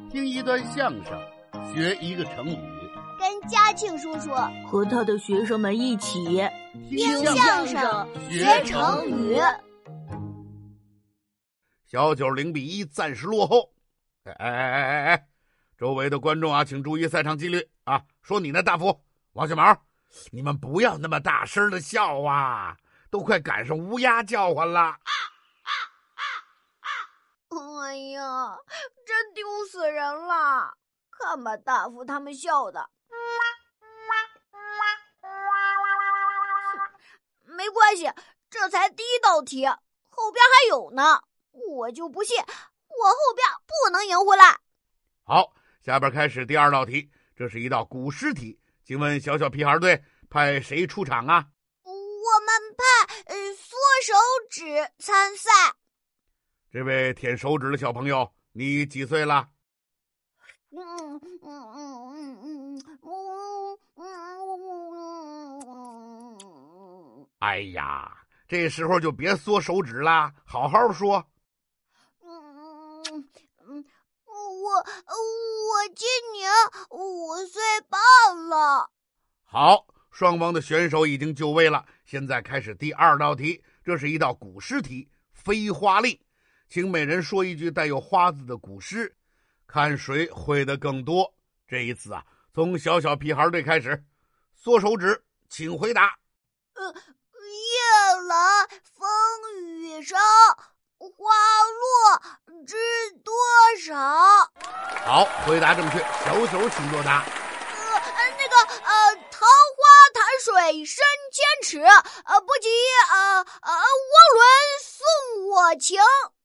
听一段相声，学一个成语， 跟嘉庆叔叔和他的学生们一起听相声学成语。 小九0-1暂时落后。周围的观众啊，请注意赛场纪律啊！说你呢，大福、王小毛，你们不要那么大声的笑啊，都快赶上乌鸦叫唤了。 哎呀，真丢死人了！看把大福他们笑的。没关系，这才第一道题，后边还有呢。我就不信，我后边不能赢回来。 好，下边开始第二道题，这是一道古诗题，请问小小屁孩队派谁出场啊？ 我们派缩手指参赛。 这位舔手指的小朋友，你几岁了？哎呀，这时候就别缩手指啦，好好说。 我今年5岁半了。 好，双方的选手已经就位了，现在开始第二道题，这是一道古诗题，飞花令，请每人说一句带有花字的古诗，看谁会的更多。这一次啊，从小小屁孩队开始，缩手指，请回答。 夜来风雨声，花落知多少。 好，回答正确，小九请作答。 桃花潭水深千尺，不及涡轮送我情。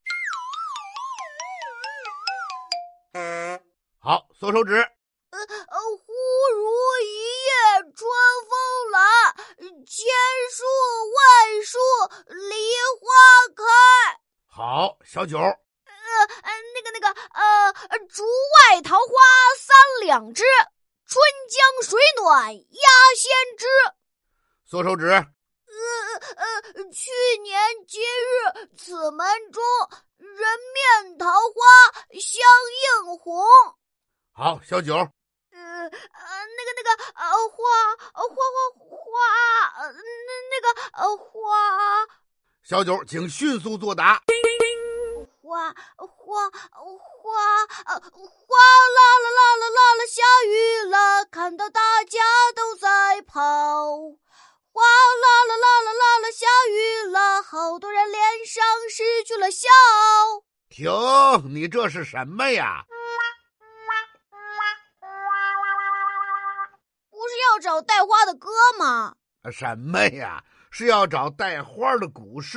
好，缩手指。 忽如一夜春风来，千树万树梨花开。 好，小九。 竹外桃花3两枝，春江水暖鸭先知。 缩手指。 去年今日此门中，人面桃花相映红。 好，小九。 花。 小九，请迅速作答。 哗啦，下雨了，看到大家都在跑。哗啦，下雨了，好多人脸上失去了笑。 停，你这是什么呀？ 不是要找带花的歌吗？ 什么呀？是要找带花的古诗。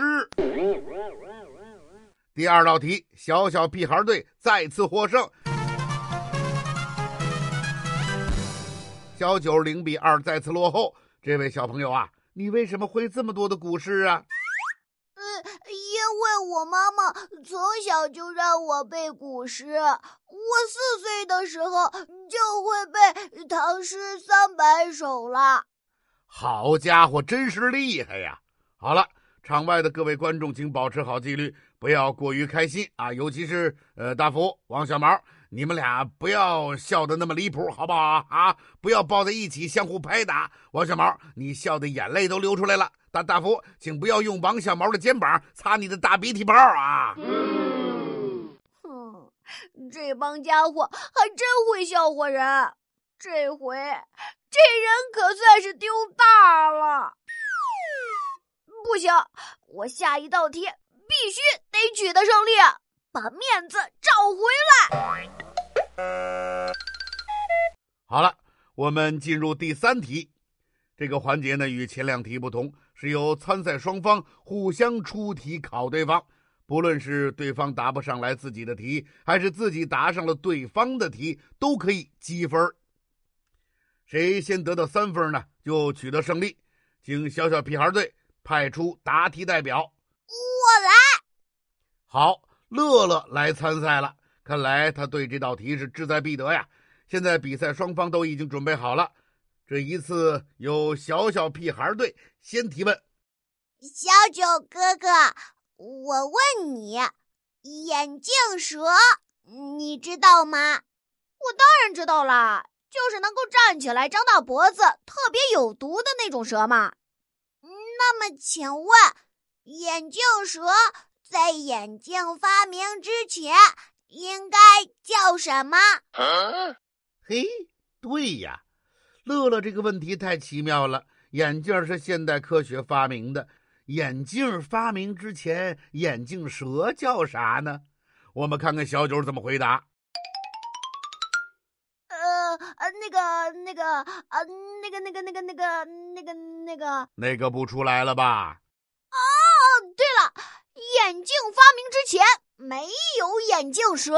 第二道题，小小屁孩队再次获胜。小九0-2再次落后。这位小朋友啊，你为什么会这么多的古诗啊？ 因为我妈妈从小就让我背古诗，我4岁的时候就会背唐诗300首了。 好家伙，真是厉害呀！好了，场外的各位观众请保持好纪律，不要过于开心啊，尤其是大福、王小毛，你们俩不要笑得那么离谱，好不好啊？不要抱在一起相互拍打。王小毛，你笑的眼泪都流出来了。大福，请不要用王小毛的肩膀擦你的大鼻涕泡啊！ 这帮家伙还真会笑话人，这回这人可算是丢大了。不行，我下一道题必须得取得胜利，把面子找回来。 好了，我们进入第3题。这个环节呢，与前2题不同，是由参赛双方互相出题考对方，不论是对方答不上来自己的题，还是自己答上了对方的题，都可以积分。谁先得到3分呢，就取得胜利。请小小屁孩队派出答题代表。 我来。 好，乐乐来参赛了，看来他对这道题是志在必得呀。现在比赛双方都已经准备好了，这一次由小小屁孩队先提问。 小九哥哥，我问你，眼镜蛇你知道吗？ 我当然知道啦，就是能够站起来、张大脖子、特别有毒的那种蛇嘛。 那么请问，眼镜蛇在眼镜发明之前应该叫什么？ 嘿，对呀，乐乐这个问题太奇妙了。眼镜是现代科学发明的，眼镜发明之前，眼镜蛇叫啥呢？我们看看小九怎么回答。那个不出来了吧？ 哦，对了，眼镜发明之前没有眼镜蛇。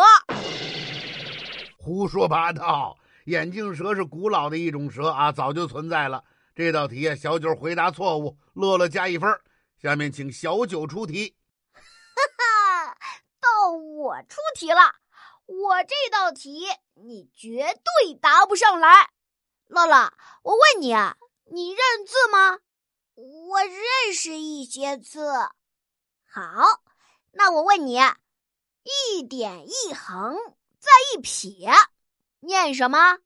胡说八道！眼镜蛇是古老的一种蛇啊，早就存在了。这道题小九回答错误，乐乐加1分。下面请小九出题。 哈哈，到我出题了。我这道题你绝对答不上来。乐乐，我问你啊，你认字吗？ 我认识一些字。 好，那我问你，一点一横再一撇，念什么？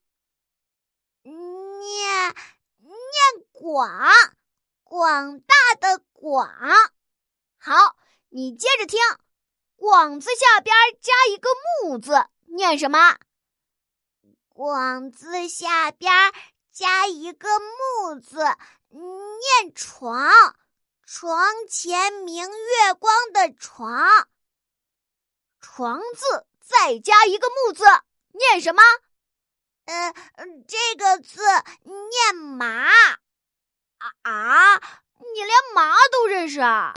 念广，广大的广。 好，你接着听，广字下边加一个木字，念什么？ 广字下边加一个木字，念床，床前明月光的床。 床字再加一个木字，念什么？ 这个字念麻。 你连麻都认识啊？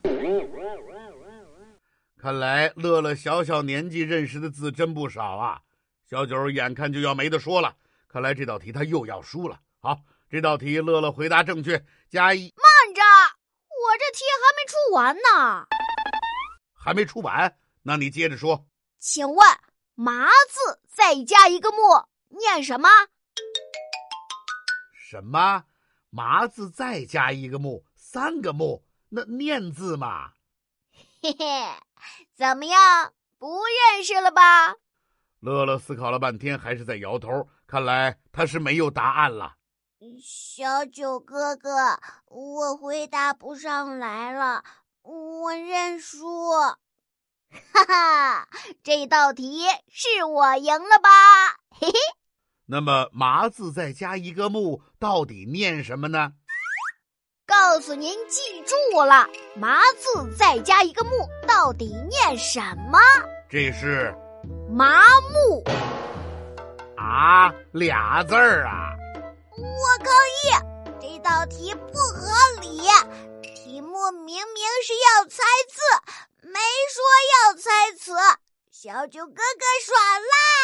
看来乐乐小小年纪认识的字真不少啊。小九眼看就要没得说了，看来这道题他又要输了。好，这道题乐乐回答正确，加1。 慢着，我这题还没出完呢。 还没出完？那你接着说。 请问麻字再加一个木，念什么？ 什么？麻字再加一个木，3个木，那念字嘛？ 嘿嘿，怎么样？不认识了吧？ 乐乐思考了半天，还是在摇头，看来他是没有答案了。 小九哥哥，我回答不上来了，我认输。 哈哈，这道题是我赢了吧？嘿嘿。 那么麻字再加一个木，到底念什么呢？ 告诉您记住了，麻字再加一个木，到底念什么？ 这是麻木。 啊，2字儿啊！ 我抗议，这道题不合理。题目明明是要猜字，没说要猜词。小九哥哥耍赖。